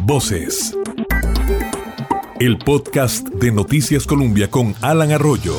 Voces. El podcast de Noticias Colombia con Alan Arroyo.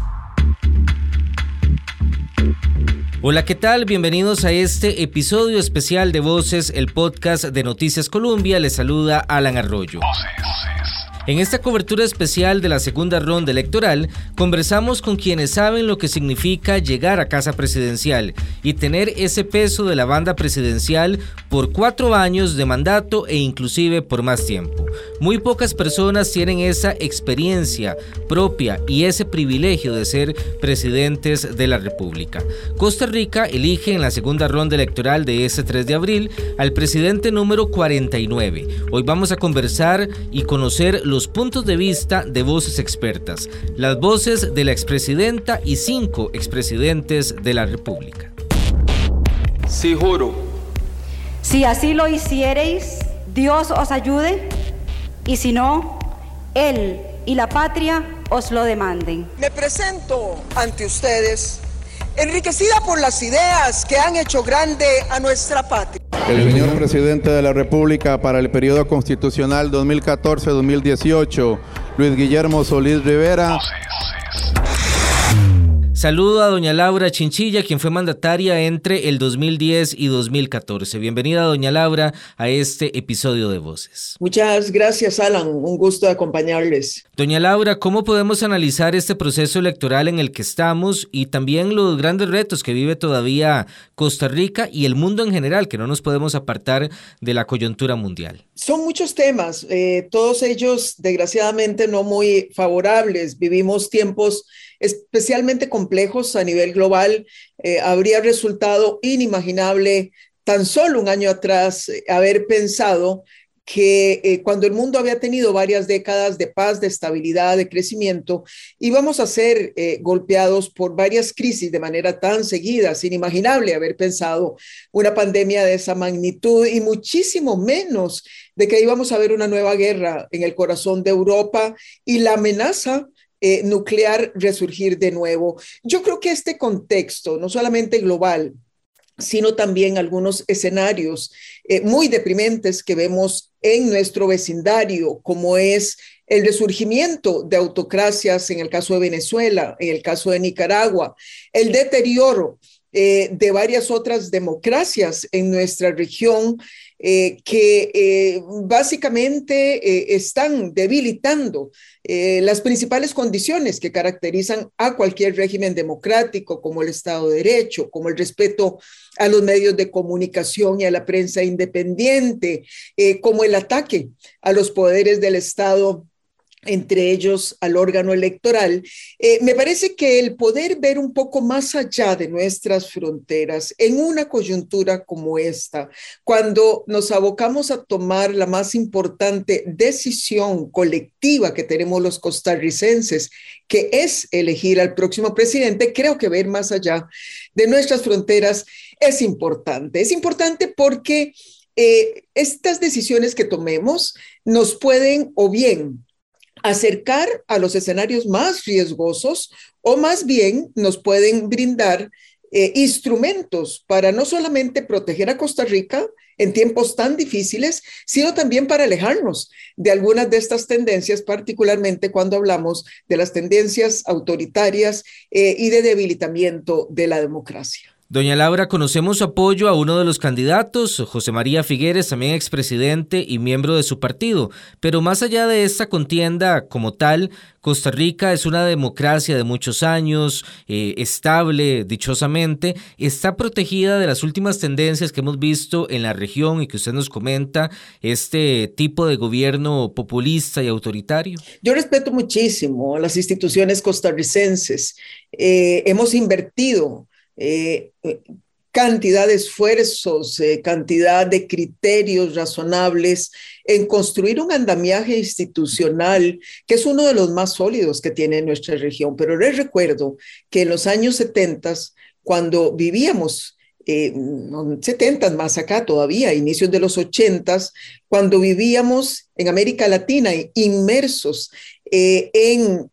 Hola, ¿qué tal? Bienvenidos a este episodio especial de Voces, el podcast de Noticias Colombia. Les saluda Alan Arroyo. En esta cobertura especial de la segunda ronda electoral, conversamos con quienes saben lo que significa llegar a casa presidencial y tener ese peso de la banda presidencial por 4 años de mandato e inclusive por más tiempo. Muy pocas personas tienen esa experiencia propia y ese privilegio de ser presidentes de la República. Costa Rica elige en la segunda ronda electoral de ese 3 de abril al presidente número 49. Hoy vamos a conversar y conocer los puntos de vista de voces expertas, las voces de la expresidenta y 5 expresidentes de la República. Sí, juro. Si así lo hiciereis, Dios os ayude, y si no, Él y la patria os lo demanden. Me presento ante ustedes, enriquecida por las ideas que han hecho grande a nuestra patria. El señor presidente de la República para el periodo constitucional 2014-2018, Luis Guillermo Solís Rivera. Saludo a doña Laura Chinchilla, quien fue mandataria entre el 2010 y 2014. Bienvenida, doña Laura, a este episodio de Voces. Muchas gracias, Alan. Un gusto acompañarles. Doña Laura, ¿cómo podemos analizar este proceso electoral en el que estamos y también los grandes retos que vive todavía Costa Rica y el mundo en general, que no nos podemos apartar de la coyuntura mundial? Son muchos temas, todos ellos desgraciadamente no muy favorables. Vivimos tiempos especialmente complejos a nivel global. Habría resultado inimaginable tan solo un año atrás haber pensado que cuando el mundo había tenido varias décadas de paz, de estabilidad, de crecimiento, íbamos a ser golpeados por varias crisis de manera tan seguida. Es inimaginable haber pensado una pandemia de esa magnitud y muchísimo menos de que íbamos a ver una nueva guerra en el corazón de Europa y la amenaza nuclear resurgir de nuevo. Yo creo que este contexto, no solamente global, sino también algunos escenarios muy deprimentes que vemos en nuestro vecindario, como es el resurgimiento de autocracias en el caso de Venezuela, en el caso de Nicaragua, el deterioro de varias otras democracias en nuestra región que básicamente están debilitando las principales condiciones que caracterizan a cualquier régimen democrático, como el Estado de Derecho, como el respeto a los medios de comunicación y a la prensa independiente, como el ataque a los poderes del Estado, entre ellos al órgano electoral. Me parece que el poder ver un poco más allá de nuestras fronteras en una coyuntura como esta, cuando nos abocamos a tomar la más importante decisión colectiva que tenemos los costarricenses, que es elegir al próximo presidente, creo que ver más allá de nuestras fronteras es importante. Es importante porque estas decisiones que tomemos nos pueden o bien acercar a los escenarios más riesgosos o más bien nos pueden brindar instrumentos para no solamente proteger a Costa Rica en tiempos tan difíciles, sino también para alejarnos de algunas de estas tendencias, particularmente cuando hablamos de las tendencias autoritarias y de debilitamiento de la democracia. Doña Laura, conocemos su apoyo a uno de los candidatos, José María Figueres, también expresidente y miembro de su partido, pero más allá de esta contienda como tal, Costa Rica es una democracia de muchos años, estable, dichosamente, está protegida de las últimas tendencias que hemos visto en la región y que usted nos comenta, este tipo de gobierno populista y autoritario. Yo respeto muchísimo a las instituciones costarricenses, hemos invertido cantidad de esfuerzos, cantidad de criterios razonables en construir un andamiaje institucional que es uno de los más sólidos que tiene nuestra región. Pero les recuerdo que en los años 70, cuando vivíamos 70 más acá todavía, inicios de los 80, cuando vivíamos en América Latina inmersos en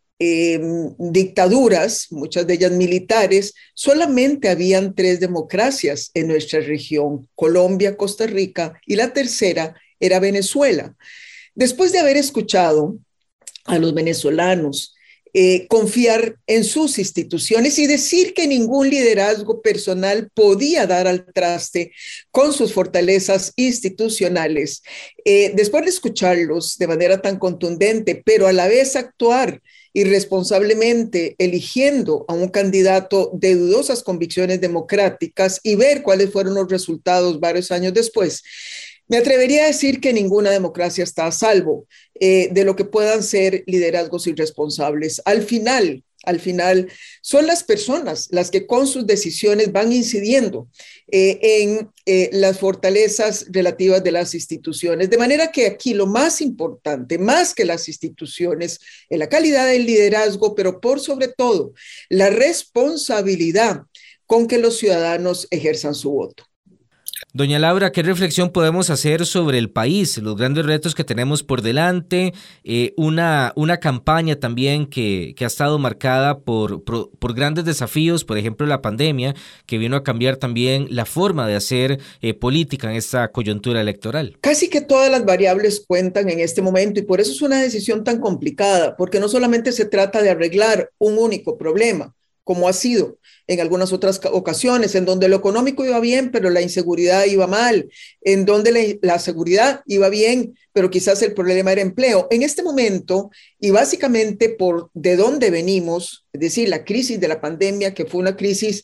dictaduras, muchas de ellas militares, solamente habían 3 democracias en nuestra región, Colombia, Costa Rica, y la tercera era Venezuela. Después de haber escuchado a los venezolanos confiar en sus instituciones y decir que ningún liderazgo personal podía dar al traste con sus fortalezas institucionales, después de escucharlos de manera tan contundente, pero a la vez actuar irresponsablemente eligiendo a un candidato de dudosas convicciones democráticas y ver cuáles fueron los resultados varios años después, me atrevería a decir que ninguna democracia está a salvo de lo que puedan ser liderazgos irresponsables. Al final, son las personas las que con sus decisiones van incidiendo en las fortalezas relativas de las instituciones. De manera que aquí lo más importante, más que las instituciones, es la calidad del liderazgo, pero por sobre todo, la responsabilidad con que los ciudadanos ejerzan su voto. Doña Laura, ¿qué reflexión podemos hacer sobre el país, los grandes retos que tenemos por delante? Una campaña también que ha estado marcada por grandes desafíos, por ejemplo la pandemia, que vino a cambiar también la forma de hacer política en esta coyuntura electoral. Casi que todas las variables cuentan en este momento y por eso es una decisión tan complicada, porque no solamente se trata de arreglar un único problema, como ha sido en algunas otras ocasiones, en donde lo económico iba bien, pero la inseguridad iba mal, en donde la seguridad iba bien, pero quizás el problema era empleo. En este momento, y básicamente por de dónde venimos, es decir, la crisis de la pandemia, que fue una crisis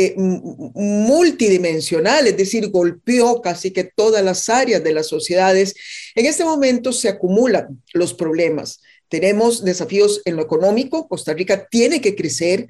multidimensional, es decir, golpeó casi que todas las áreas de las sociedades, en este momento se acumulan los problemas. Tenemos desafíos en lo económico. Costa Rica tiene que crecer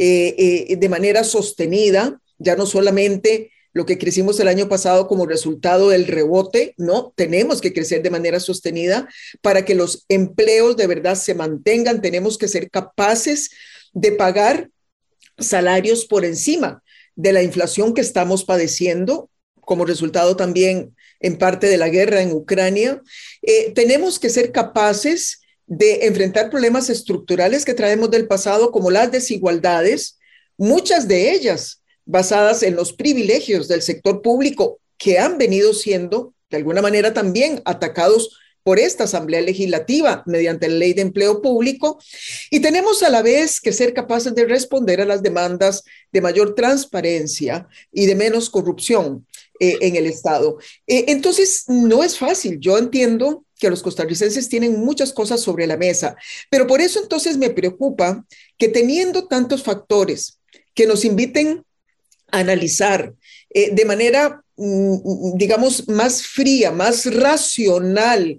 de manera sostenida, ya no solamente lo que crecimos el año pasado como resultado del rebote, no, tenemos que crecer de manera sostenida para que los empleos de verdad se mantengan. Tenemos que ser capaces de pagar salarios por encima de la inflación que estamos padeciendo, como resultado también en parte de la guerra en Ucrania. Tenemos que ser capaces de enfrentar problemas estructurales que traemos del pasado, como las desigualdades, muchas de ellas basadas en los privilegios del sector público que han venido siendo, de alguna manera, también atacados por esta Asamblea Legislativa mediante la Ley de Empleo Público. Y tenemos a la vez que ser capaces de responder a las demandas de mayor transparencia y de menos corrupción en el Estado. Entonces, no es fácil. Yo entiendo que los costarricenses tienen muchas cosas sobre la mesa, pero por eso entonces me preocupa que teniendo tantos factores que nos inviten a analizar de manera, digamos, más fría, más racional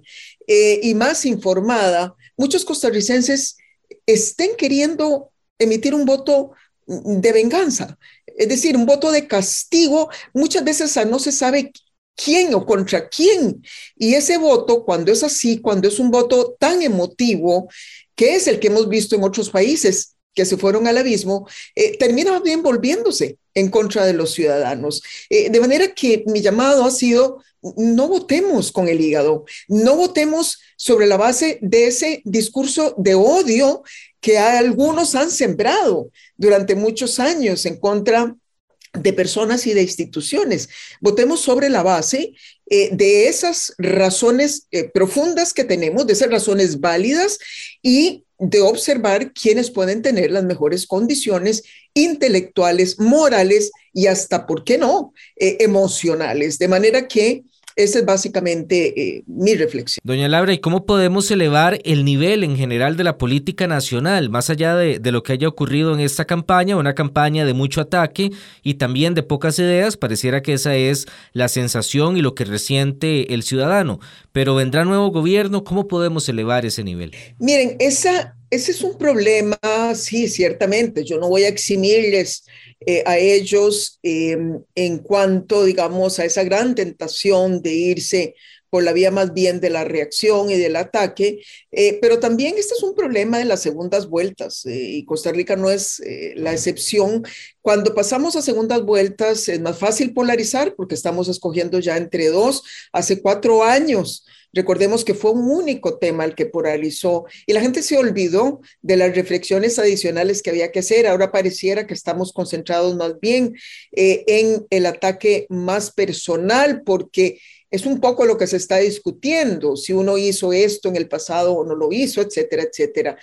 y más informada, muchos costarricenses estén queriendo emitir un voto de venganza, es decir, un voto de castigo, muchas veces no se sabe quién o contra quién. Y ese voto, cuando es así, cuando es un voto tan emotivo, que es el que hemos visto en otros países que se fueron al abismo, termina bien volviéndose en contra de los ciudadanos. De manera que mi llamado ha sido: no votemos con el hígado, no votemos sobre la base de ese discurso de odio que algunos han sembrado durante muchos años en contra de personas y de instituciones. Votemos sobre la base de esas razones profundas que tenemos, de esas razones válidas, y de observar quiénes pueden tener las mejores condiciones intelectuales, morales y hasta, ¿por qué no?, emocionales. De manera que esa es básicamente mi reflexión. Doña Laura, ¿y cómo podemos elevar el nivel en general de la política nacional, más allá de lo que haya ocurrido en esta campaña, una campaña de mucho ataque y también de pocas ideas? Pareciera que esa es la sensación y lo que resiente el ciudadano. Pero vendrá nuevo gobierno, ¿cómo podemos elevar ese nivel? Miren, ese es un problema, sí, ciertamente. Yo no voy a eximirles a ellos en cuanto, digamos, a esa gran tentación de irse por la vía más bien de la reacción y del ataque, pero también este es un problema de las segundas vueltas y Costa Rica no es la excepción. Cuando pasamos a segundas vueltas es más fácil polarizar porque estamos escogiendo ya entre dos. Hace 4 años, recordemos que fue un único tema el que polarizó y la gente se olvidó de las reflexiones adicionales que había que hacer. Ahora pareciera que estamos concentrados más bien en el ataque más personal, porque Es un poco lo que se está discutiendo, si uno hizo esto en el pasado o no lo hizo, etcétera, etcétera.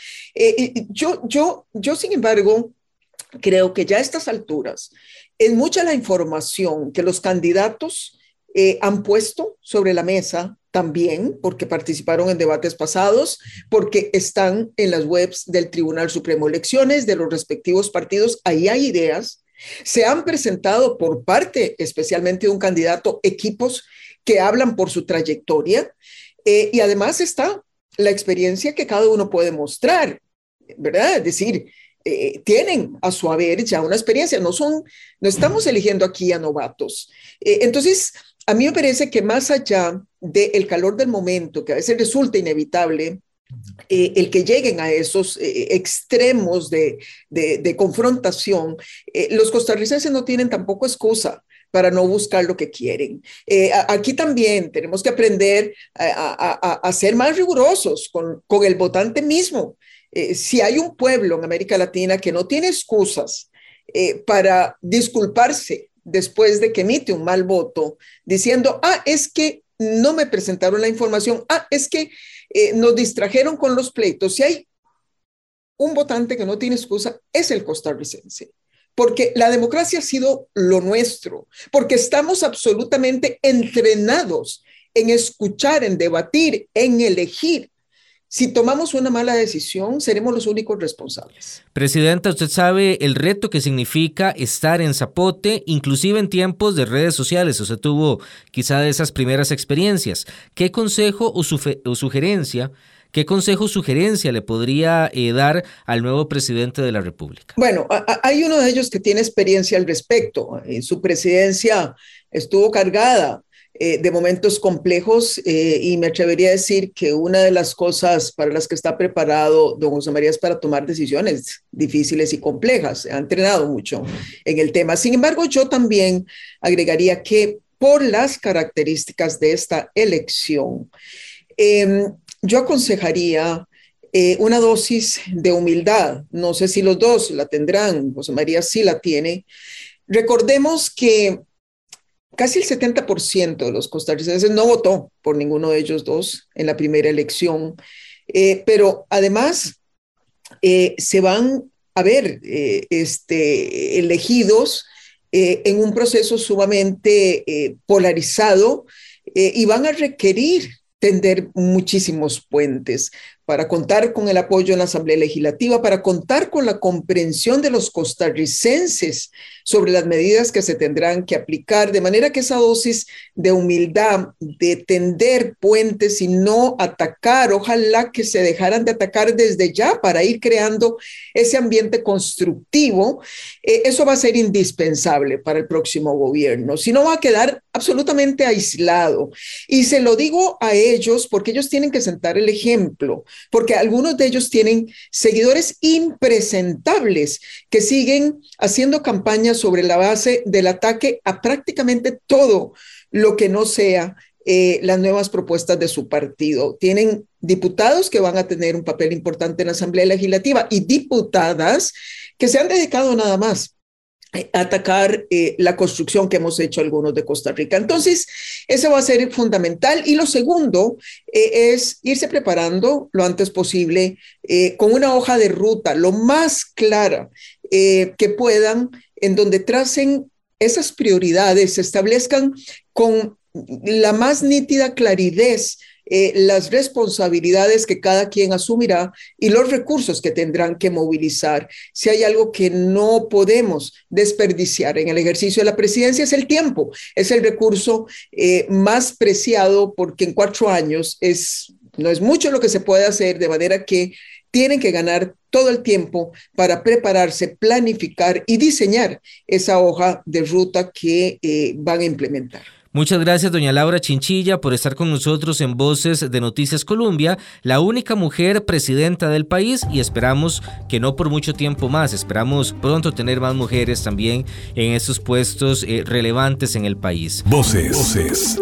Yo, sin embargo, creo que ya a estas alturas es mucha la información que los candidatos han puesto sobre la mesa también, porque participaron en debates pasados, porque están en las webs del Tribunal Supremo de Elecciones, de los respectivos partidos. Ahí hay ideas. Se han presentado por parte, especialmente de un candidato, equipos que hablan por su trayectoria, y además está la experiencia que cada uno puede mostrar, ¿verdad? Es decir, tienen a su haber ya una experiencia, no estamos eligiendo aquí a novatos. Entonces, a mí me parece que más allá del calor del momento, que a veces resulta inevitable, el que lleguen a esos extremos de confrontación, los costarricenses no tienen tampoco excusa para no buscar lo que quieren. Aquí también tenemos que aprender a ser más rigurosos con el votante mismo. Si hay un pueblo en América Latina que no tiene excusas para disculparse después de que emite un mal voto, diciendo, es que no me presentaron la información, es que nos distrajeron con los pleitos. Si hay un votante que no tiene excusa, es el costarricense. Porque la democracia ha sido lo nuestro, porque estamos absolutamente entrenados en escuchar, en debatir, en elegir. Si tomamos una mala decisión, seremos los únicos responsables. Presidenta, usted sabe el reto que significa estar en Zapote, inclusive en tiempos de redes sociales. Usted tuvo quizá de esas primeras experiencias. ¿Qué consejo o sugerencia le podría dar al nuevo presidente de la República? Bueno, hay uno de ellos que tiene experiencia al respecto. Su presidencia estuvo cargada de momentos complejos, y me atrevería a decir que una de las cosas para las que está preparado don José María es para tomar decisiones difíciles y complejas. Ha entrenado mucho en el tema. Sin embargo, yo también agregaría que por las características de esta elección, yo aconsejaría una dosis de humildad. No sé si los dos la tendrán. José María sí la tiene. Recordemos que casi el 70% de los costarricenses no votó por ninguno de ellos dos en la primera elección, pero además se van a ver elegidos en un proceso sumamente polarizado, y van a requerir tender muchísimos puentes para contar con el apoyo en la Asamblea Legislativa, para contar con la comprensión de los costarricenses sobre las medidas que se tendrán que aplicar, de manera que esa dosis de humildad, de tender puentes y no atacar, ojalá que se dejaran de atacar desde ya para ir creando ese ambiente constructivo, eso va a ser indispensable para el próximo gobierno, si no va a quedar absolutamente aislado. Y se lo digo a ellos porque ellos tienen que sentar el ejemplo, porque algunos de ellos tienen seguidores impresentables que siguen haciendo campañas sobre la base del ataque a prácticamente todo lo que no sea las nuevas propuestas de su partido. Tienen diputados que van a tener un papel importante en la Asamblea Legislativa y diputadas que se han dedicado nada más a atacar la construcción que hemos hecho algunos de Costa Rica. Entonces, eso va a ser fundamental. Y lo segundo es irse preparando lo antes posible con una hoja de ruta lo más clara que puedan, en donde tracen esas prioridades, se establezcan con la más nítida claridad las responsabilidades que cada quien asumirá y los recursos que tendrán que movilizar. Si hay algo que no podemos desperdiciar en el ejercicio de la presidencia es el tiempo, es el recurso más preciado, porque en 4 años no es mucho lo que se puede hacer, de manera que tienen que ganar todo el tiempo para prepararse, planificar y diseñar esa hoja de ruta que van a implementar. Muchas gracias, doña Laura Chinchilla, por estar con nosotros en Voces de Noticias Colombia, la única mujer presidenta del país, y esperamos que no por mucho tiempo más. Esperamos pronto tener más mujeres también en estos puestos relevantes en el país. Voces.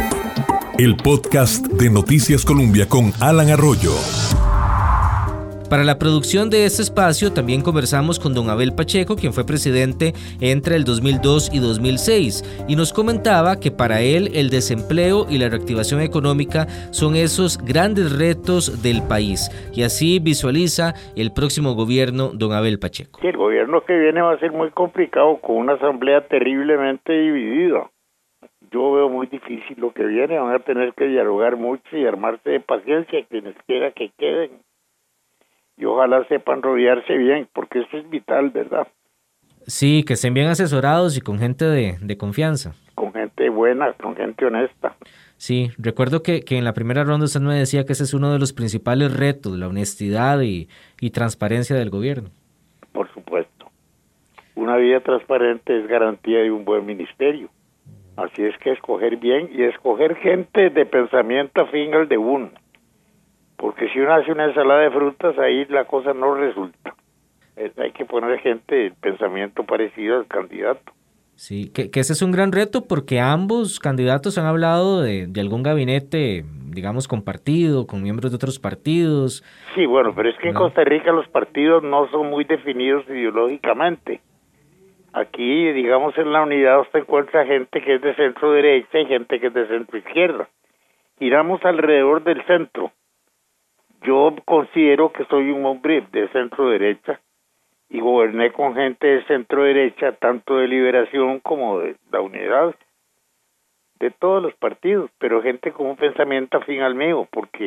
El podcast de Noticias Colombia con Alan Arroyo. Para la producción de este espacio también conversamos con don Abel Pacheco, quien fue presidente entre el 2002 y 2006, y nos comentaba que para él el desempleo y la reactivación económica son esos grandes retos del país, y así visualiza el próximo gobierno don Abel Pacheco. Sí, el gobierno que viene va a ser muy complicado, con una asamblea terriblemente dividida. Yo veo muy difícil lo que viene, van a tener que dialogar mucho y armarse de paciencia quienes quiera que queden. Y ojalá sepan rodearse bien, porque eso es vital, ¿verdad? Sí, que estén bien asesorados y con gente de confianza. Con gente buena, con gente honesta. Sí, recuerdo que en la primera ronda usted me decía que ese es uno de los principales retos, la honestidad y transparencia del gobierno. Por supuesto. Una vida transparente es garantía de un buen ministerio. Así es que escoger bien y escoger gente de pensamiento afín al de uno. Porque si uno hace una ensalada de frutas, ahí la cosa no resulta. Hay que poner gente de pensamiento parecido al candidato. Sí, que ese es un gran reto porque ambos candidatos han hablado de algún gabinete, digamos, compartido, con miembros de otros partidos. Sí, bueno, pero es que en Costa Rica los partidos no son muy definidos ideológicamente. Aquí, digamos, en la unidad usted encuentra gente que es de centro derecha y gente que es de centro izquierda. Giramos alrededor del centro. Yo considero que soy un hombre de centro derecha y goberné con gente de centro derecha, tanto de Liberación como de la unidad, de todos los partidos, pero gente con un pensamiento afín al mío, porque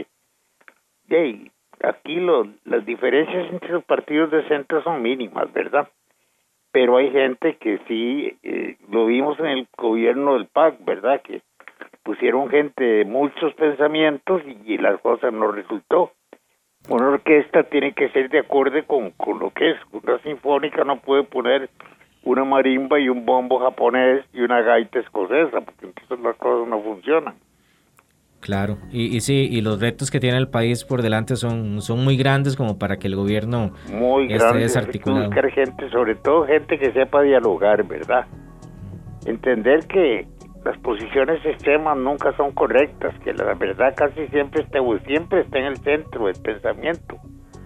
aquí las diferencias entre los partidos de centro son mínimas, ¿verdad? Pero hay gente que sí, lo vimos en el gobierno del PAC, ¿verdad? Que pusieron gente de muchos pensamientos y las cosas no resultó. Una orquesta tiene que ser de acorde con lo que es. Una sinfónica no puede poner una marimba y un bombo japonés y una gaita escocesa, porque entonces las cosas no funcionan. Claro, y sí, y los retos que tiene el país por delante son muy grandes como para que el gobierno esté desarticulado. Hay que buscar gente, sobre todo gente que sepa dialogar, ¿verdad? Entender que las posiciones extremas nunca son correctas, que la verdad casi siempre está en el centro del pensamiento.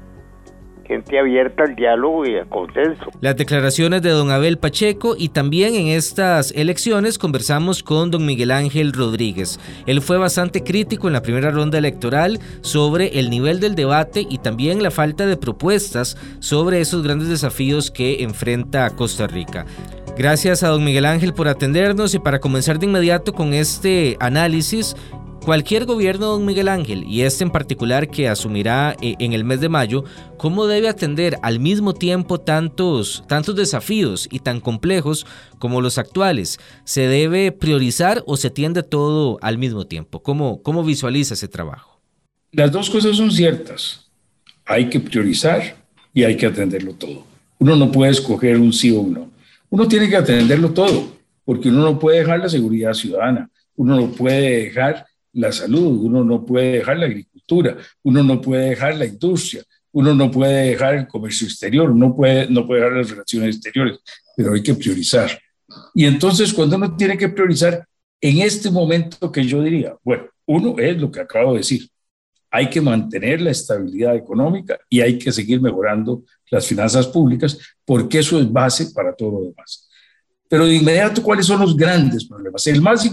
Gente abierta al diálogo y al consenso. Las declaraciones de don Abel Pacheco, y también en estas elecciones conversamos con don Miguel Ángel Rodríguez. Él fue bastante crítico en la primera ronda electoral sobre el nivel del debate y también la falta de propuestas sobre esos grandes desafíos que enfrenta Costa Rica. Gracias a don Miguel Ángel por atendernos, y para comenzar de inmediato con este análisis, cualquier gobierno, don Miguel Ángel, y este en particular que asumirá en el mes de mayo, ¿cómo debe atender al mismo tiempo tantos desafíos y tan complejos como los actuales? ¿Se debe priorizar o se atiende todo al mismo tiempo? ¿Cómo visualiza ese trabajo? Las dos cosas son ciertas. Hay que priorizar y hay que atenderlo todo. Uno no puede escoger un sí o un no. Uno tiene que atenderlo todo, porque uno no puede dejar la seguridad ciudadana, uno no puede dejar la salud, uno no puede dejar la agricultura, uno no puede dejar la industria, uno no puede dejar el comercio exterior, no puede dejar las relaciones exteriores, pero hay que priorizar. Y entonces, cuando uno tiene que priorizar, en este momento que yo diría, bueno, uno es lo que acabo de decir, hay que mantener la estabilidad económica y hay que seguir mejorando las finanzas públicas, porque eso es base para todo lo demás. Pero de inmediato, ¿cuáles son los grandes problemas? El más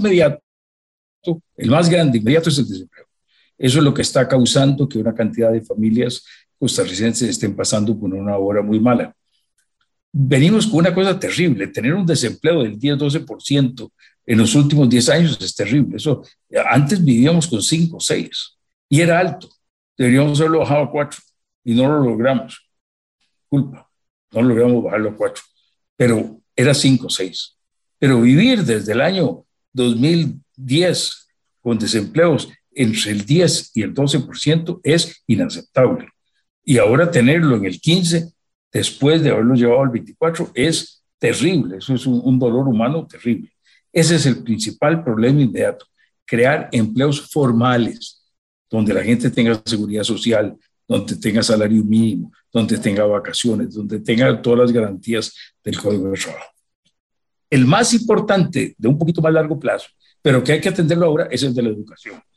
grande inmediato es el desempleo. Eso es lo que está causando que una cantidad de familias costarricenses estén pasando por una hora muy mala. Venimos con una cosa terrible, tener un desempleo del 10-12% en los últimos 10 años es terrible. Eso, antes vivíamos con 5 o 6 y era alto. Deberíamos haberlo bajado a 4 y no lo logramos. No logramos bajarlo a 4, pero era 5 o 6. Pero vivir desde el año 2010 con desempleos entre el 10 y el 12% es inaceptable. Y ahora tenerlo en el 15, después de haberlo llevado al 24, es terrible. Eso es un dolor humano terrible. Ese es el principal problema inmediato. Crear empleos formales, donde la gente tenga seguridad social, donde tenga salario mínimo, donde tenga vacaciones, donde tenga todas las garantías del Código de Trabajo. El más importante, de un poquito más largo plazo, pero que hay que atenderlo ahora, es el de la educación.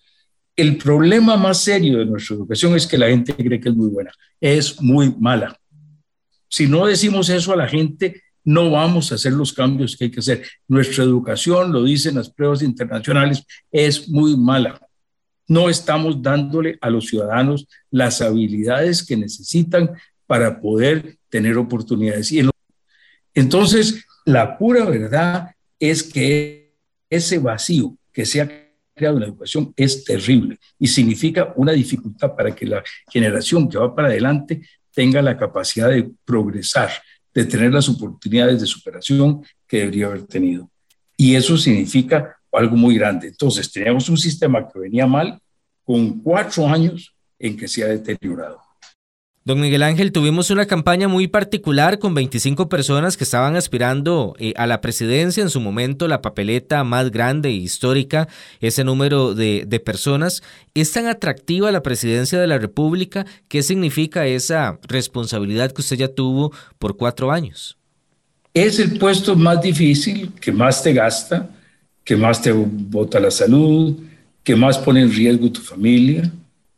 El problema más serio de nuestra educación es que la gente cree que es muy buena. Es muy mala. Si no decimos eso a la gente, no vamos a hacer los cambios que hay que hacer. Nuestra educación, lo dicen las pruebas internacionales, es muy mala. No estamos dándole a los ciudadanos las habilidades que necesitan para poder tener oportunidades. Entonces, la pura verdad es que ese vacío que se ha creado en la educación es terrible y significa una dificultad para que la generación que va para adelante tenga la capacidad de progresar, de tener las oportunidades de superación que debería haber tenido. Y eso significa algo muy grande. Entonces, teníamos un sistema que venía mal con 4 años en que se ha deteriorado. Don Miguel Ángel, tuvimos una campaña muy particular con 25 personas que estaban aspirando a la presidencia, en su momento la papeleta más grande e histórica, ese número de personas. ¿Es tan atractiva la presidencia de la República? ¿Qué significa esa responsabilidad que usted ya tuvo por 4 años? Es el puesto más difícil, que más te gasta, que más te bota la salud, que más pone en riesgo tu familia,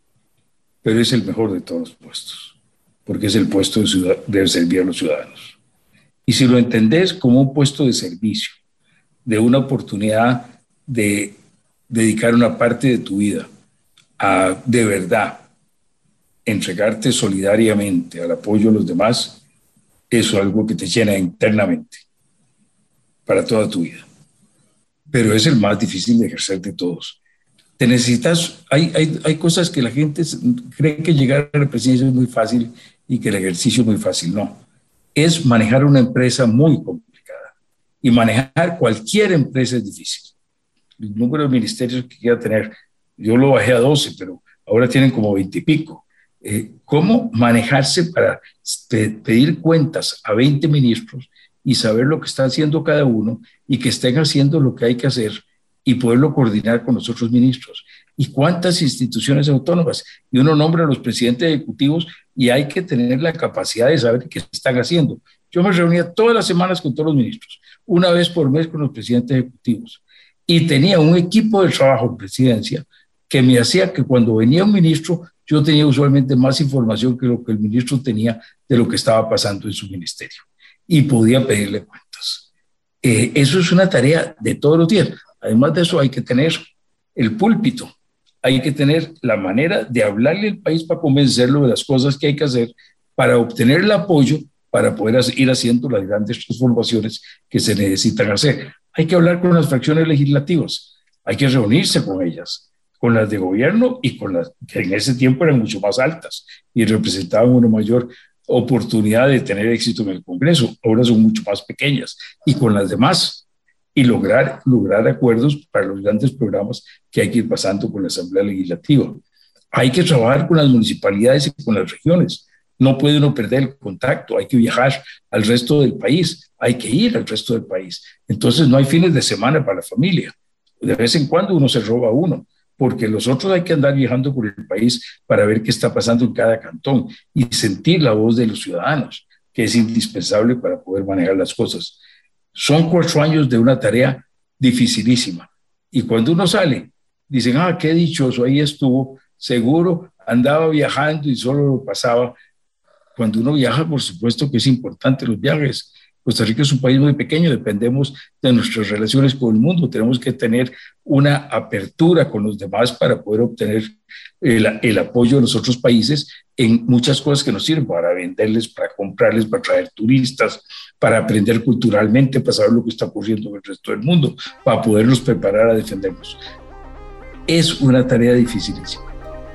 pero es el mejor de todos los puestos, porque es el puesto de servir a los ciudadanos. Y si lo entendés como un puesto de servicio, de una oportunidad de dedicar una parte de tu vida a, de verdad, entregarte solidariamente al apoyo a los demás, eso es algo que te llena internamente para toda tu vida. Pero es el más difícil de ejercer de todos. Te necesitas, hay cosas que la gente cree que llegar a la presidencia es muy fácil y que el ejercicio es muy fácil. No, es manejar una empresa muy complicada y manejar cualquier empresa es difícil. El número de ministerios que quiera tener, yo lo bajé a 12, pero ahora tienen como 20 y pico. ¿Cómo manejarse para pedir cuentas a 20 ministros y saber lo que está haciendo cada uno y que estén haciendo lo que hay que hacer y poderlo coordinar con los otros ministros? ¿Y cuántas instituciones autónomas? Y uno nombra a los presidentes ejecutivos y hay que tener la capacidad de saber qué están haciendo. Yo me reunía todas las semanas con todos los ministros, una vez por mes con los presidentes ejecutivos, y tenía un equipo de trabajo en presidencia que me hacía que cuando venía un ministro, yo tenía usualmente más información que lo que el ministro tenía de lo que estaba pasando en su ministerio, y podía pedirle cuentas. Eso es una tarea de todos los días. Además de eso, hay que tener el púlpito, hay que tener la manera de hablarle al país para convencerlo de las cosas que hay que hacer para obtener el apoyo para poder ir haciendo las grandes transformaciones que se necesitan hacer. Hay que hablar con las fracciones legislativas, hay que reunirse con ellas, con las de gobierno y con las que en ese tiempo eran mucho más altas y representaban una mayor oportunidad de tener éxito en el Congreso. Ahora son mucho más pequeñas, y con las demás, y lograr acuerdos para los grandes programas que hay que ir pasando con la Asamblea Legislativa. Hay que trabajar con las municipalidades y con las regiones. No puede uno perder el contacto, hay que viajar al resto del país, hay que ir al resto del país. Entonces no hay fines de semana para la familia. De vez en cuando uno se roba uno, porque los otros hay que andar viajando por el país para ver qué está pasando en cada cantón y sentir la voz de los ciudadanos, que es indispensable para poder manejar las cosas. Son 4 años de una tarea dificilísima. Y cuando uno sale, dicen, qué dichoso, ahí estuvo, seguro andaba viajando y solo lo pasaba. Cuando uno viaja, por supuesto que es importante los viajes. Costa Rica es un país muy pequeño, dependemos de nuestras relaciones con el mundo, tenemos que tener una apertura con los demás para poder obtener el apoyo de los otros países en muchas cosas que nos sirven, para venderles, para comprarles, para traer turistas, para aprender culturalmente, para saber lo que está ocurriendo en el resto del mundo, para podernos preparar a defendernos. Es una tarea dificilísima.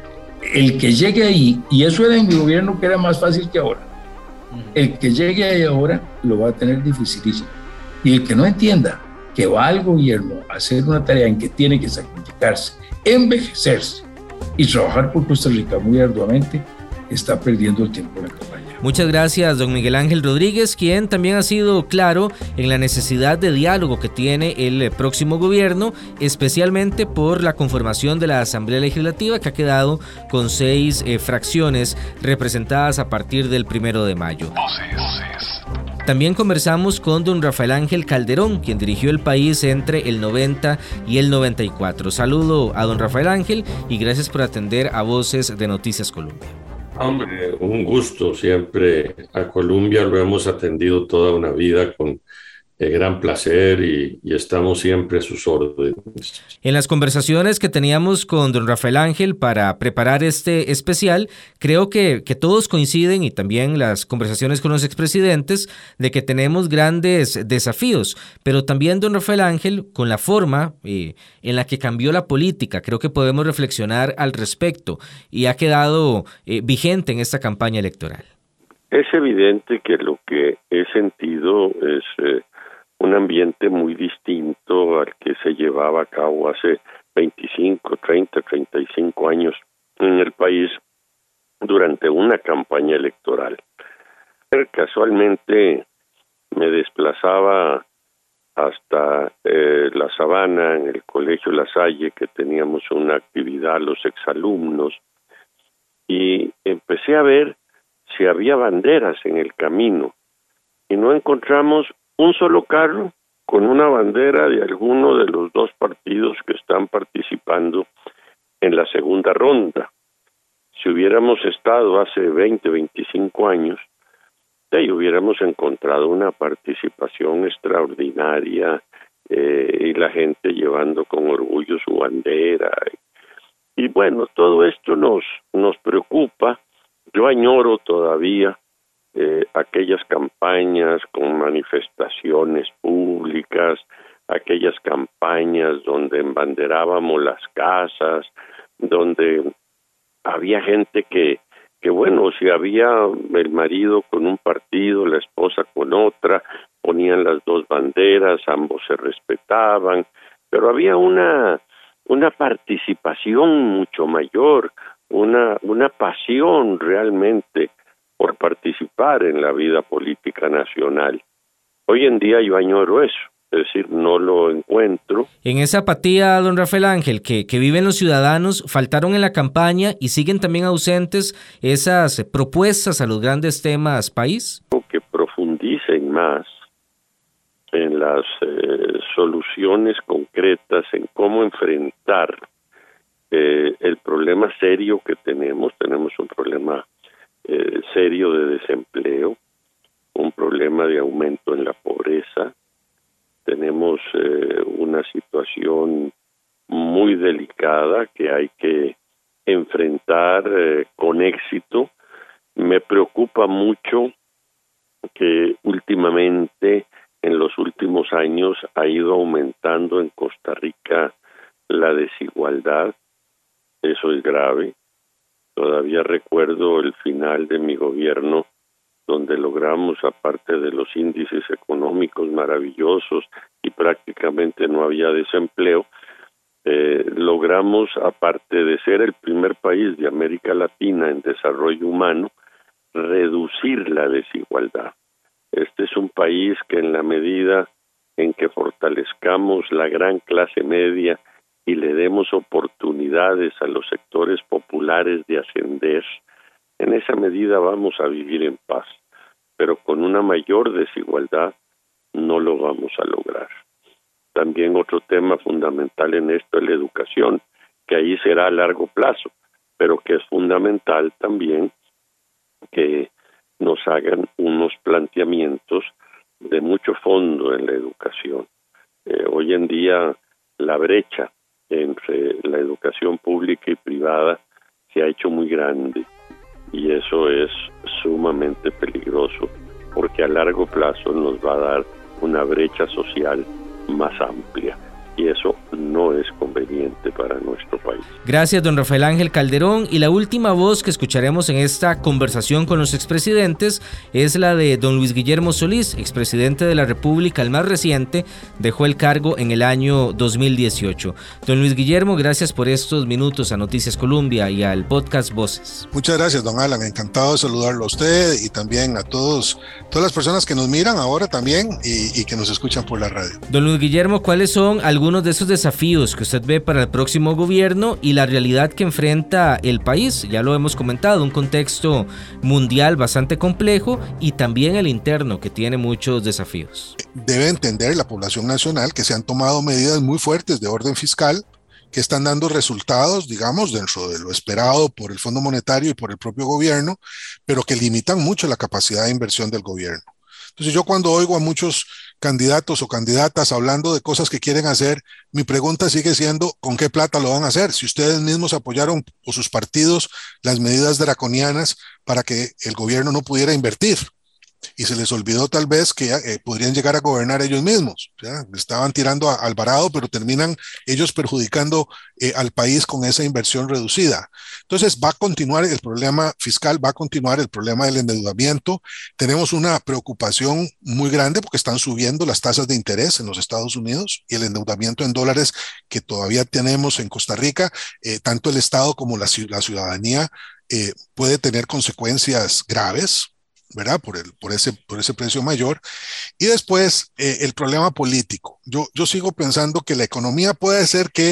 El que llegue ahí, y eso era en mi gobierno que era más fácil que ahora, el que llegue ahí ahora lo va a tener dificilísimo. Y el que no entienda que va al gobierno a hacer una tarea en que tiene que sacrificarse, envejecerse y trabajar por Costa Rica muy arduamente, está perdiendo el tiempo en la campaña. Muchas gracias, don Miguel Ángel Rodríguez, quien también ha sido claro en la necesidad de diálogo que tiene el próximo gobierno, especialmente por la conformación de la Asamblea Legislativa, que ha quedado con 6 fracciones representadas a partir del 1 de mayo. También conversamos con don Rafael Ángel Calderón, quien dirigió el país entre el 90 y el 94. Saludo a don Rafael Ángel y gracias por atender a Voces de Noticias Colombia. Hombre, un gusto siempre. A Colombia lo hemos atendido toda una vida con gran placer y estamos siempre a sus órdenes. En las conversaciones que teníamos con don Rafael Ángel para preparar este especial, creo que todos coinciden, y también las conversaciones con los expresidentes, de que tenemos grandes desafíos, pero también don Rafael Ángel, con la forma en la que cambió la política, creo que podemos reflexionar al respecto y ha quedado vigente en esta campaña electoral. Es evidente que lo que he sentido es un ambiente muy distinto al que se llevaba a cabo hace 25, 30, 35 años en el país durante una campaña electoral. Casualmente me desplazaba hasta La Sabana, en el Colegio La Salle, que teníamos una actividad los exalumnos, y empecé a ver si había banderas en el camino, y no encontramos un solo carro con una bandera de alguno de los dos partidos que están participando en la segunda ronda. Si hubiéramos estado hace 20, 25 años, hubiéramos encontrado una participación extraordinaria y la gente llevando con orgullo su bandera. Y bueno, todo esto nos preocupa. Yo añoro todavía aquellas campañas con manifestaciones públicas, aquellas campañas donde embanderábamos las casas, donde había gente que bueno, si había el marido con un partido, la esposa con otra, ponían las dos banderas, ambos se respetaban, pero había una participación mucho mayor, una pasión realmente por participar en la vida política nacional. Hoy en día yo añoro eso, es decir, no lo encuentro. En esa apatía, don Rafael Ángel, que viven los ciudadanos, faltaron en la campaña y siguen también ausentes esas propuestas a los grandes temas país. Que profundicen más en las soluciones concretas, en cómo enfrentar el problema serio que tenemos. Tenemos un problema serio de desempleo, un problema de aumento en la pobreza, tenemos una situación muy delicada que hay que enfrentar con éxito. Me preocupa mucho que últimamente, en los últimos años, ha ido aumentando en Costa Rica la desigualdad. Eso es grave. Todavía recuerdo el final de mi gobierno, donde logramos, aparte de los índices económicos maravillosos y prácticamente no había desempleo, logramos, aparte de ser el primer país de América Latina en desarrollo humano, reducir la desigualdad. Este es un país que, en la medida en que fortalezcamos la gran clase media y le demos oportunidades a los sectores populares de ascender, en esa medida vamos a vivir en paz, pero con una mayor desigualdad no lo vamos a lograr. También otro tema fundamental en esto es la educación, que ahí será a largo plazo, pero que es fundamental también que nos hagan unos planteamientos de mucho fondo en la educación. Hoy en día la brecha entre la educación pública y privada se ha hecho muy grande y eso es sumamente peligroso porque a largo plazo nos va a dar una brecha social más amplia y eso no es conveniente para nuestro país. Gracias, don Rafael Ángel Calderón. Y la última voz que escucharemos en esta conversación con los expresidentes es la de don Luis Guillermo Solís, expresidente de la República, el más reciente, dejó el cargo en el año 2018. Don Luis Guillermo, gracias por estos minutos a Noticias Colombia y al podcast Voces. Muchas gracias, don Alan, encantado de saludarlo a usted y también a todas las personas que nos miran ahora también y que nos escuchan por la radio. Don Luis Guillermo, ¿cuáles son algunos algunos de esos desafíos que usted ve para el próximo gobierno y la realidad que enfrenta el país. Ya lo hemos comentado, un contexto mundial bastante complejo y también el interno que tiene muchos desafíos. Debe entender la población nacional que se han tomado medidas muy fuertes de orden fiscal que están dando resultados, digamos, dentro de lo esperado por el Fondo Monetario y por el propio gobierno, pero que limitan mucho la capacidad de inversión del gobierno. Entonces yo cuando oigo a muchos candidatos o candidatas hablando de cosas que quieren hacer, mi pregunta sigue siendo, ¿con qué plata lo van a hacer? Si ustedes mismos apoyaron o sus partidos las medidas draconianas para que el gobierno no pudiera invertir. Y se les olvidó tal vez que podrían llegar a gobernar ellos mismos. ¿Ya? Estaban tirando al varado, pero terminan ellos perjudicando al país con esa inversión reducida. Entonces va a continuar el problema fiscal, va a continuar el problema del endeudamiento. Tenemos una preocupación muy grande porque están subiendo las tasas de interés en los Estados Unidos y el endeudamiento en dólares que todavía tenemos en Costa Rica, tanto el Estado como la ciudadanía puede tener consecuencias graves, ¿verdad? Por ese precio mayor. Y después el problema político. Yo sigo pensando que la economía puede ser que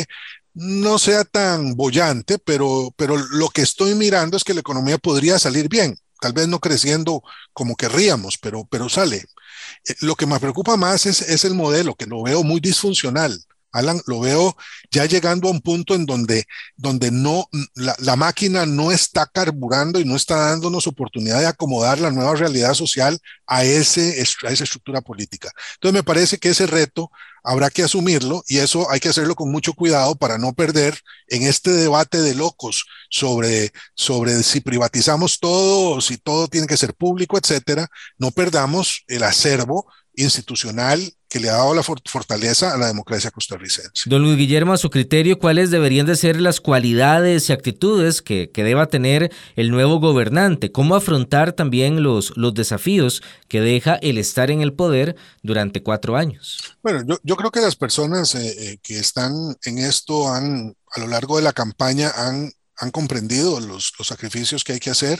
no sea tan boyante, pero lo que estoy mirando es que la economía podría salir bien, tal vez no creciendo como querríamos, pero sale. Lo que me preocupa más es el modelo, que lo veo muy disfuncional. Alan, lo veo ya llegando a un punto en donde no, la máquina no está carburando y no está dándonos oportunidad de acomodar la nueva realidad social a esa estructura política. Entonces me parece que ese reto habrá que asumirlo y eso hay que hacerlo con mucho cuidado para no perder en este debate de locos sobre si privatizamos todo o si todo tiene que ser público, etcétera, no perdamos el acervo institucional que le ha dado la fortaleza a la democracia costarricense. Don Luis Guillermo, a su criterio, ¿cuáles deberían de ser las cualidades y actitudes que deba tener el nuevo gobernante? ¿Cómo afrontar también los desafíos que deja el estar en el poder durante 4 años? Bueno, yo creo que las personas que están en esto a lo largo de la campaña han comprendido los sacrificios que hay que hacer,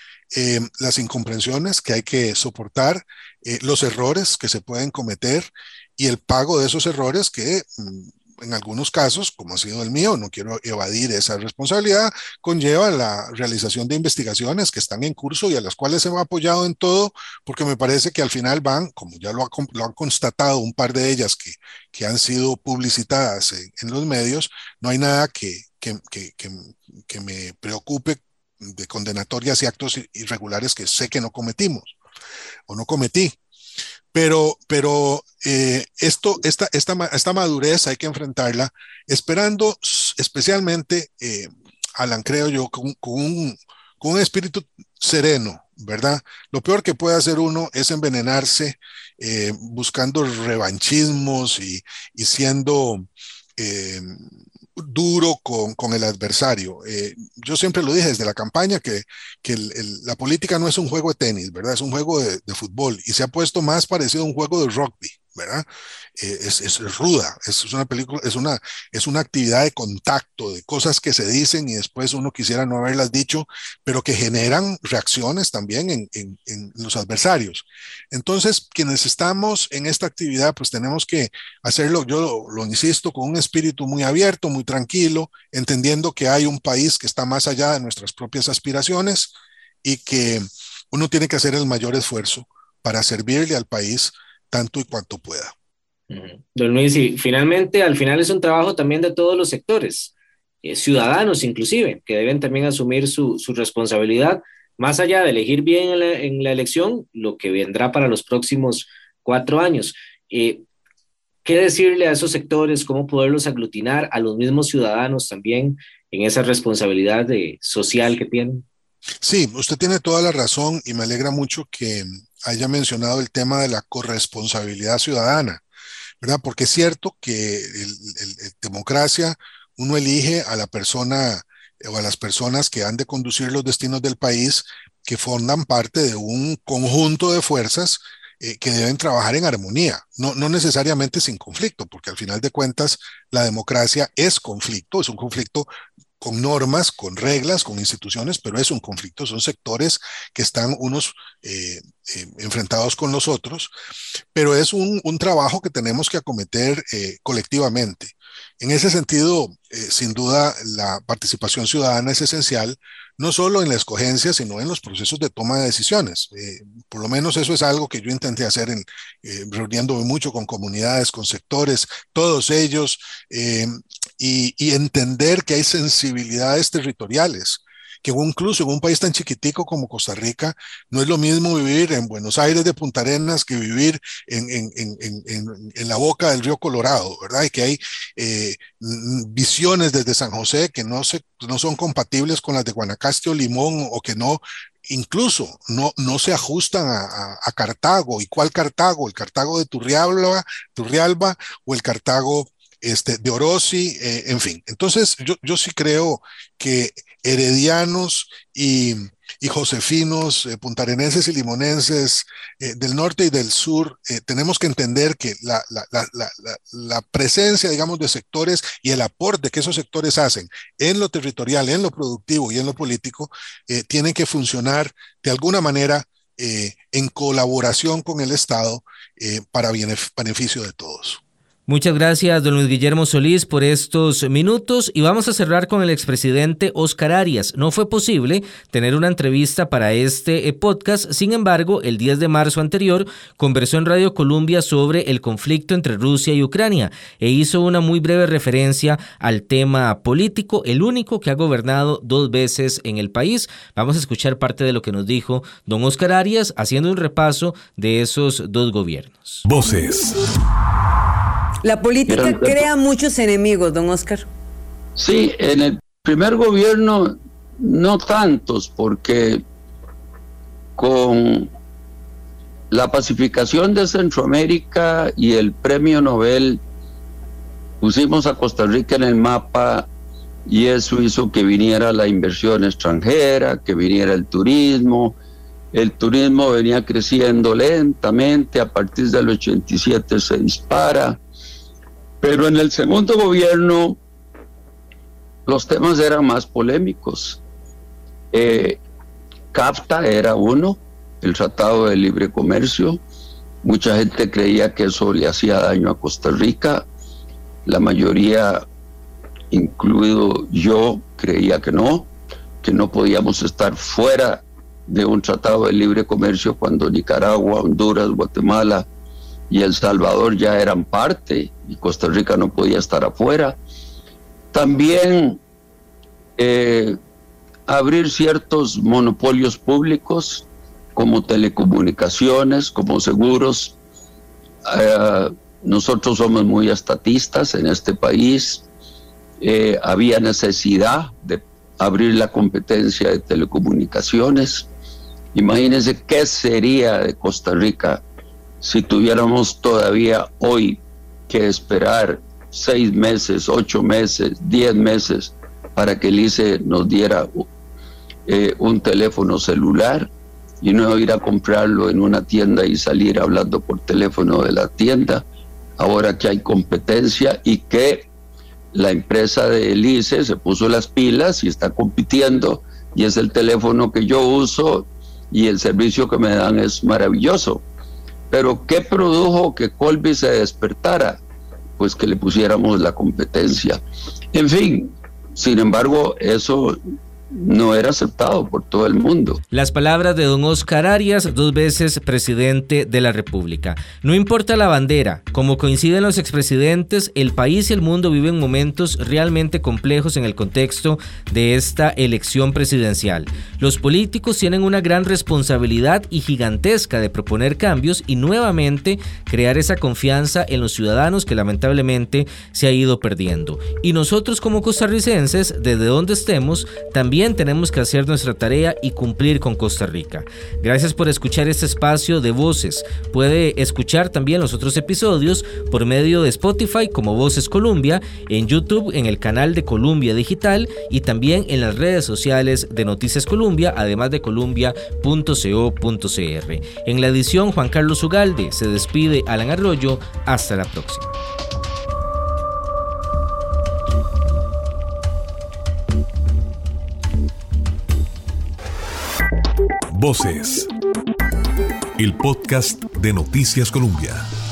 las incomprensiones que hay que soportar, los errores que se pueden cometer y el pago de esos errores que en algunos casos, como ha sido el mío, no quiero evadir esa responsabilidad, conlleva la realización de investigaciones que están en curso y a las cuales se me ha apoyado en todo, porque me parece que al final van, como ya lo han constatado un par de ellas que han sido publicitadas en los medios, no hay nada que me preocupe de condenatorias y actos irregulares que sé que no cometimos o no cometí. Pero esta madurez hay que enfrentarla esperando especialmente, Alan, creo yo, con un espíritu sereno, ¿verdad? Lo peor que puede hacer uno es envenenarse buscando revanchismos y siendo duro con el adversario. Yo siempre lo dije desde la campaña que la política no es un juego de tenis, ¿verdad? Es un juego de fútbol y se ha puesto más parecido a un juego de rugby, ¿verdad? Es ruda, es una actividad de contacto, de cosas que se dicen y después uno quisiera no haberlas dicho, pero que generan reacciones también en los adversarios. Entonces, quienes estamos en esta actividad, pues tenemos que hacerlo, yo lo insisto, con un espíritu muy abierto, muy tranquilo, entendiendo que hay un país que está más allá de nuestras propias aspiraciones y que uno tiene que hacer el mayor esfuerzo para servirle al país tanto y cuanto pueda. Don Luis, y finalmente, al final es un trabajo también de todos los sectores, ciudadanos inclusive, que deben también asumir su responsabilidad, más allá de elegir bien en la elección, lo que vendrá para los próximos 4 años. ¿Qué decirle a esos sectores? ¿Cómo poderlos aglutinar a los mismos ciudadanos también en esa responsabilidad social que tienen? Sí, usted tiene toda la razón y me alegra mucho que haya mencionado el tema de la corresponsabilidad ciudadana, ¿verdad? Porque es cierto que en democracia uno elige a la persona o a las personas que han de conducir los destinos del país, que forman parte de un conjunto de fuerzas que deben trabajar en armonía, no necesariamente sin conflicto, porque al final de cuentas la democracia es conflicto, es un conflicto con normas, con reglas, con instituciones, pero es un conflicto, son sectores que están unos enfrentados con los otros, pero es un trabajo que tenemos que acometer colectivamente. En ese sentido, sin duda, la participación ciudadana es esencial, no solo en la escogencia, sino en los procesos de toma de decisiones. Por lo menos eso es algo que yo intenté hacer reuniéndome mucho con comunidades, con sectores, todos ellos, y entender que hay sensibilidades territoriales, que incluso en un país tan chiquitico como Costa Rica, no es lo mismo vivir en Buenos Aires de Punta Arenas que vivir en la boca del río Colorado, ¿verdad? Y que hay visiones desde San José que no son compatibles con las de Guanacaste o Limón, o que incluso no se ajustan a Cartago. ¿Y cuál Cartago? ¿El Cartago de Turrialba o el Cartago de Orosi? En fin, entonces yo sí creo que heredianos y josefinos, puntarenenses y limonenses del norte y del sur, tenemos que entender que la presencia, digamos, de sectores y el aporte que esos sectores hacen en lo territorial, en lo productivo y en lo político, tienen que funcionar de alguna manera en colaboración con el Estado para beneficio de todos. Muchas gracias, don Luis Guillermo Solís, por estos minutos, y vamos a cerrar con el expresidente Óscar Arias. No fue posible tener una entrevista para este podcast, sin embargo, el 10 de marzo anterior conversó en Radio Colombia sobre el conflicto entre Rusia y Ucrania e hizo una muy breve referencia al tema político, el único que ha gobernado 2 veces en el país. Vamos a escuchar parte de lo que nos dijo don Óscar Arias, haciendo un repaso de esos 2 gobiernos. Voces. La política crea muchos enemigos, don Óscar. Sí, en el primer gobierno no tantos, porque con la pacificación de Centroamérica y el premio Nobel pusimos a Costa Rica en el mapa, y eso hizo que viniera la inversión extranjera, que viniera el turismo. El turismo venía creciendo lentamente, a partir del 87 se dispara. Pero en el segundo gobierno los temas eran más polémicos. CAFTA era uno, el Tratado de Libre Comercio. Mucha gente creía que eso le hacía daño a Costa Rica. La mayoría, incluido yo, creía que no podíamos estar fuera de un Tratado de Libre Comercio cuando Nicaragua, Honduras, Guatemala y El Salvador ya eran parte, y Costa Rica no podía estar afuera. También abrir ciertos monopolios públicos como telecomunicaciones, como seguros. Nosotros somos muy estatistas en este país. Había necesidad de abrir la competencia de telecomunicaciones. Imagínense qué sería de Costa Rica si tuviéramos todavía hoy que esperar 6 meses, 8 meses, 10 meses para que el ICE nos diera un teléfono celular, y no ir a comprarlo en una tienda y salir hablando por teléfono de la tienda. Ahora que hay competencia y que la empresa del ICE se puso las pilas y está compitiendo, y es el teléfono que yo uso y el servicio que me dan es maravilloso. Pero ¿qué produjo que Colby se despertara? Pues que le pusiéramos la competencia. En fin, sin embargo, eso no era aceptado por todo el mundo. Las palabras de don Óscar Arias, 2 veces presidente de la República. No importa la bandera, como coinciden los expresidentes, el país y el mundo viven momentos realmente complejos en el contexto de esta elección presidencial. Los políticos tienen una gran responsabilidad y gigantesca de proponer cambios y nuevamente crear esa confianza en los ciudadanos que lamentablemente se ha ido perdiendo. Y nosotros como costarricenses, desde donde estemos, también tenemos que hacer nuestra tarea y cumplir con Costa Rica. Gracias por escuchar este espacio de Voces. Puede escuchar también los otros episodios por medio de Spotify como Voces Colombia, en YouTube en el canal de Colombia Digital y también en las redes sociales de Noticias Colombia, además de colombia.co.cr. En la edición, Juan Carlos Ugalde. Se despide Alan Arroyo. Hasta la próxima. Voces, el podcast de Noticias Colombia.